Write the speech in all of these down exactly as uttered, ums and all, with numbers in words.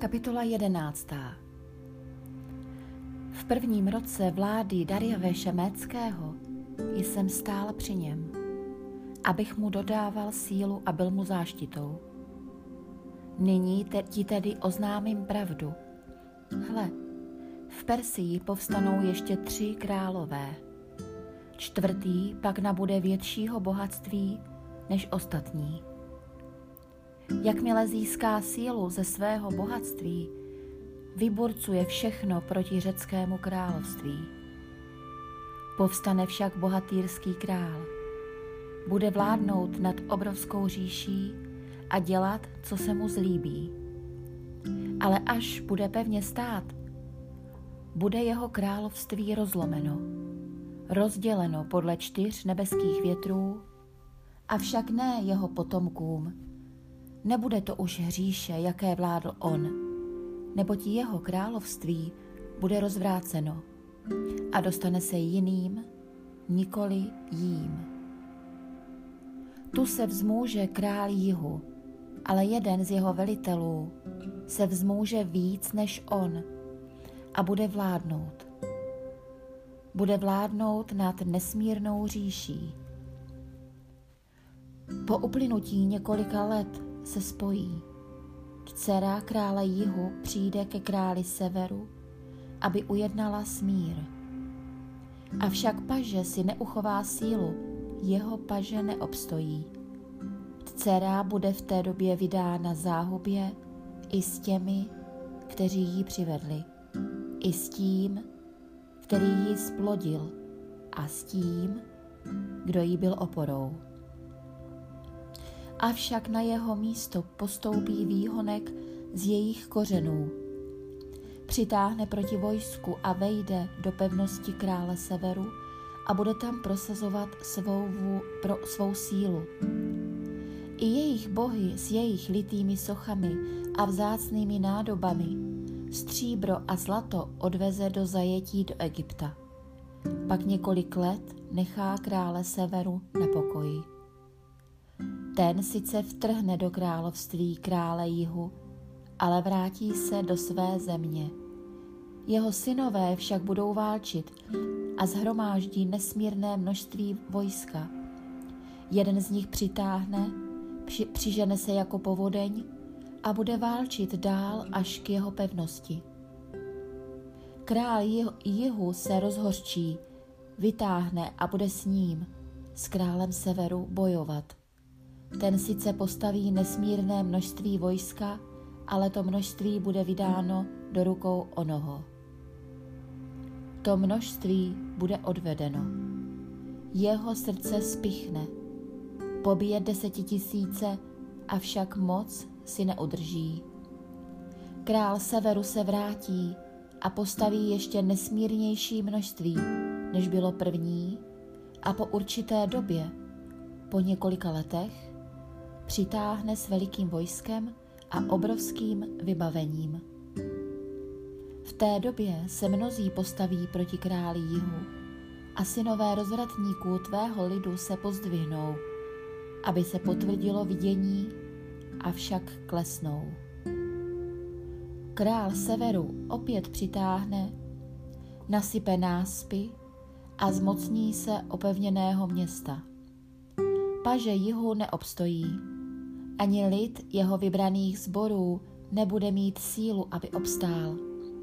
Kapitola jedenáctá. V prvním roce vlády Darjavéše Méckého jsem stál při něm, abych mu dodával sílu a byl mu záštitou. Nyní te- ti tedy oznámím pravdu. Hle, v Persii povstanou ještě tři králové. Čtvrtý pak nabude většího bohatství než ostatní. Jakmile získá sílu ze svého bohatství, vyburcuje všechno proti řeckému království. Povstane však bohatýrský král. Bude vládnout nad obrovskou říší a dělat, co se mu zlíbí. Ale až bude pevně stát, bude jeho království rozlomeno, rozděleno podle čtyř nebeských větrů, avšak ne jeho potomkům. Nebude to už říše, jaké vládl on, neboť jeho království bude rozvráceno a dostane se jiným, nikoli jím. Tu se vzmůže král jihu, ale jeden z jeho velitelů se vzmůže víc než on a bude vládnout. Bude vládnout nad nesmírnou říší. Po uplynutí několika let se spojí. Dcera krále jihu přijde ke králi severu, aby ujednala smír. Avšak paže si neuchová sílu, jeho paže neobstojí. Dcera bude v té době vydána záhubě i s těmi, kteří ji přivedli, i s tím, který ji splodil, a s tím, kdo jí byl oporou. Avšak na jeho místo postoupí výhonek z jejich kořenů. Přitáhne proti vojsku a vejde do pevnosti krále severu a bude tam prosazovat svou, pro svou sílu. I jejich bohy s jejich litými sochami a vzácnými nádobami, stříbro a zlato odveze do zajetí do Egypta. Pak několik let nechá krále severu na pokoji. Ten sice vtrhne do království krále jihu, ale vrátí se do své země. Jeho synové však budou válčit a shromáždí nesmírné množství vojska. Jeden z nich přitáhne, při, přižene se jako povodeň a bude válčit dál až k jeho pevnosti. Král jihu se rozhořčí, vytáhne a bude s ním, s králem severu, bojovat. Ten sice postaví nesmírné množství vojska, ale to množství bude vydáno do rukou onoho. To množství bude odvedeno. Jeho srdce spichne, pobije desetitisíce, avšak moc si neudrží. Král severu se vrátí a postaví ještě nesmírnější množství, než bylo první, a po určité době, po několika letech, přitáhne s velikým vojskem a obrovským vybavením. V té době se mnozí postaví proti králi jihu a synové rozvratníků tvého lidu se pozdvihnou, aby se potvrdilo vidění, avšak klesnou. Král severu opět přitáhne, nasype náspy a zmocní se opevněného města. Paže jihu neobstojí, ani lid jeho vybraných sborů nebude mít sílu, aby obstál.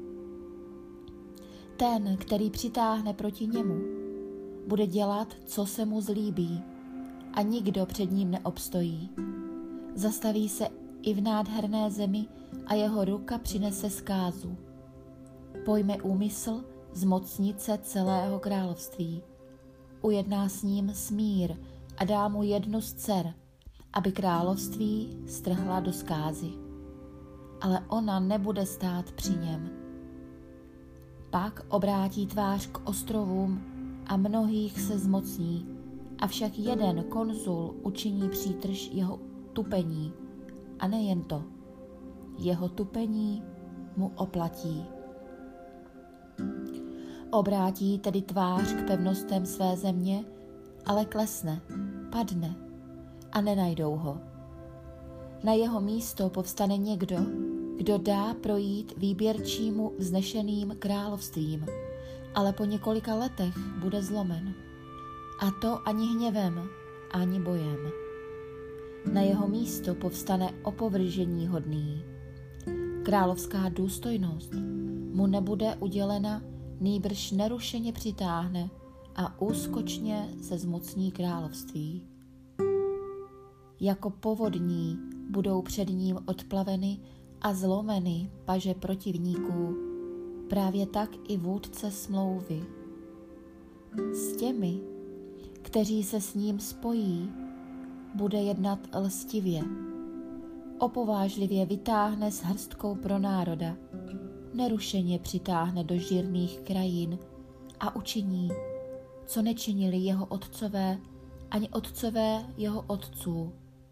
Ten, který přitáhne proti němu, bude dělat, co se mu zlíbí, a nikdo před ním neobstojí. Zastaví se i v nádherné zemi a jeho ruka přinese zkázu. Pojme úmysl zmocnit se celého království. Ujedná s ním smír a dá mu jednu z dcer, aby království strhla do zkázy. Ale ona nebude stát při něm. Pak obrátí tvář k ostrovům a mnohých se zmocní, avšak jeden konzul učiní přítrž jeho tupení. A nejen to, jeho tupení mu oplatí. Obrátí tedy tvář k pevnostem své země, ale klesne, padne a nenajdou ho. Na jeho místo povstane někdo, kdo dá projít výběrčímu vznešeným královstvím, ale po několika letech bude zlomen. A to ani hněvem, ani bojem. Na jeho místo povstane opovržení hodný. Královská důstojnost mu nebude udělena, nýbrž nerušeně přitáhne a úskočně se zmocní království. Jako povodní budou před ním odplaveny a zlomeny paže protivníků, právě tak i vůdce smlouvy. S těmi, kteří se s ním spojí, bude jednat lstivě. Opovážlivě vytáhne s hrstkou pro národa, nerušeně přitáhne do žírných krajin a učiní, co nečinili jeho otcové ani otcové jeho otců.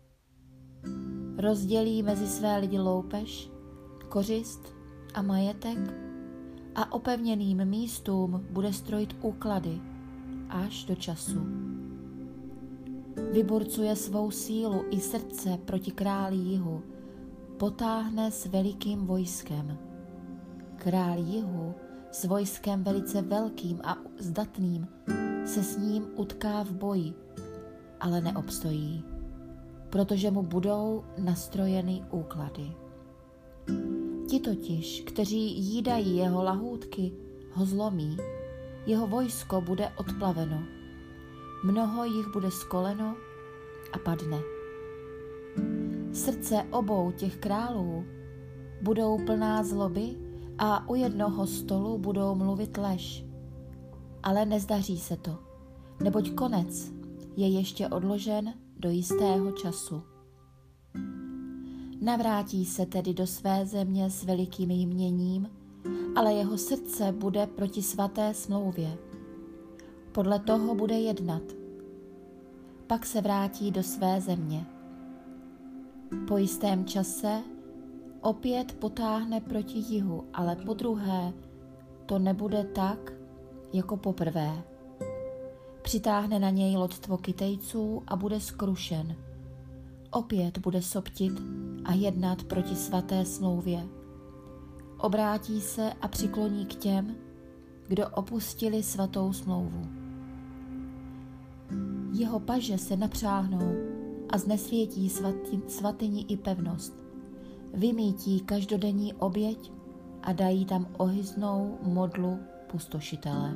Rozdělí mezi své lidi loupež, kořist a majetek a opevněným místům bude strojit úklady až do času. Vyburcuje svou sílu i srdce proti králi jihu, potáhne s velikým vojskem. Král jihu s vojskem velice velkým a zdatným se s ním utká v boji, ale neobstojí, protože mu budou nastrojeny úklady. Ti totiž, kteří jídají jeho lahůdky, ho zlomí, jeho vojsko bude odplaveno, mnoho jich bude skoleno a padne. Srdce obou těch králů budou plná zloby a u jednoho stolu budou mluvit lež. Ale nezdaří se to, neboť konec je ještě odložen do jistého času. Navrátí se tedy do své země s velikým jměním, ale jeho srdce bude proti svaté smlouvě. Podle toho bude jednat. Pak se vrátí do své země. Po jistém čase opět potáhne proti jihu, ale podruhé to nebude tak, jako poprvé. Přitáhne na něj loďstvo Kytejců a bude skrušen. Opět bude soptit a jednat proti svaté smlouvě. Obrátí se a přikloní k těm, kdo opustili svatou smlouvu. Jeho paže se napřáhnou a znesvětí svati, svatyni i pevnost. Vymítí každodenní oběť a dají tam ohyznou modlu pustošitele.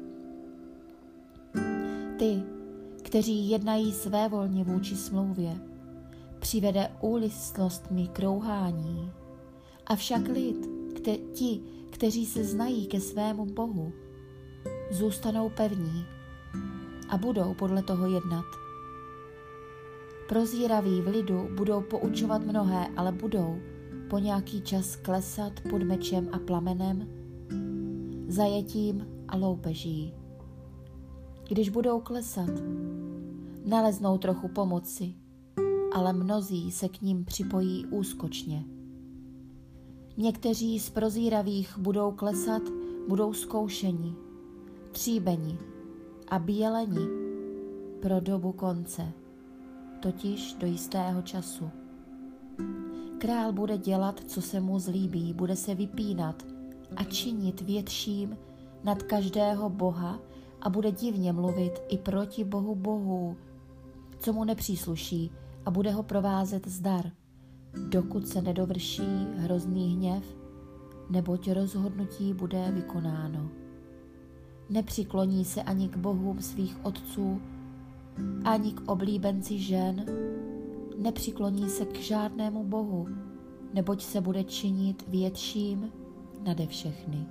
Ty, kteří jednají svévolně vůči smlouvě, přivede úlistlostmi krouhání. Avšak lid, kte, ti, kteří se znají ke svému Bohu, zůstanou pevní a budou podle toho jednat. Prozíraví v lidu budou poučovat mnohé, ale budou po nějaký čas klesat pod mečem a plamenem, zajetím a loupeží. Když budou klesat, naleznou trochu pomoci, ale mnozí se k ním připojí úskočně. Někteří z prozíravých budou klesat, budou zkoušeni, tříbeni a běleni pro dobu konce, totiž do jistého času. Král bude dělat, co se mu zlíbí, bude se vypínat a činit větším nad každého boha a bude divně mluvit i proti bohu bohů, co mu nepřísluší, a bude ho provázet zdar, dokud se nedovrší hrozný hněv, neboť rozhodnutí bude vykonáno. Nepřikloní se ani k bohům svých otců, ani k oblíbenci žen, nepřikloní se k žádnému bohu, neboť se bude činit větším nade všechny.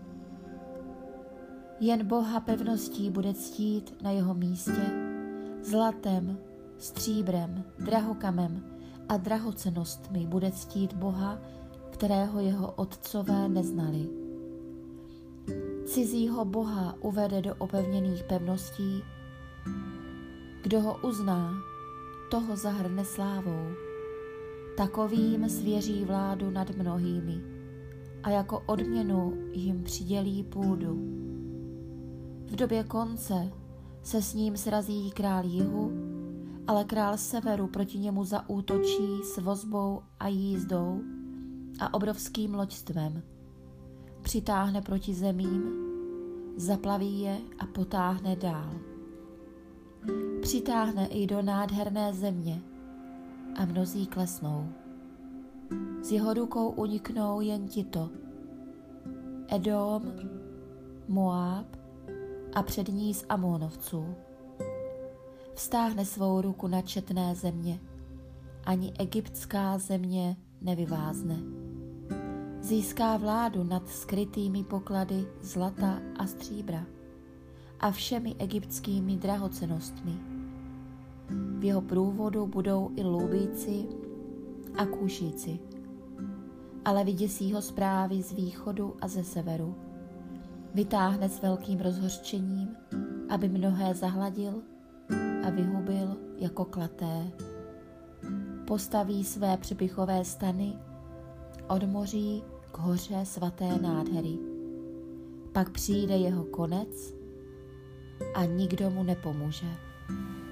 Jen Boha pevností bude ctít na jeho místě, zlatem, stříbrem, drahokamem a drahocenostmi bude ctít Boha, kterého jeho otcové neznali. Cizího boha uvede do opevněných pevností, kdo ho uzná, toho zahrne slávou. Takovým svěří vládu nad mnohými a jako odměnu jim přidělí půdu. V době konce se s ním srazí král jihu, ale král severu proti němu zaútočí s vozbou a jízdou a obrovským loďstvem. Přitáhne proti zemím, zaplaví je a potáhne dál. Přitáhne i do nádherné země a mnozí klesnou. Z jeho rukou uniknou jen tito: Edom, Moab a přední z Amonovců. Vztáhne svou ruku na četné země, ani egyptská země nevyvázne. Získá vládu nad skrytými poklady zlata a stříbra a všemi egyptskými drahocenostmi. V jeho průvodu budou i Lubíci a Kušíci, ale vyděsí ho zprávy z východu a ze severu. Vytáhne s velkým rozhořčením, aby mnohé zahladil a vyhubil jako klaté. Postaví své přepichové stany od moří k hoře svaté nádhery. Pak přijde jeho konec a nikdo mu nepomůže.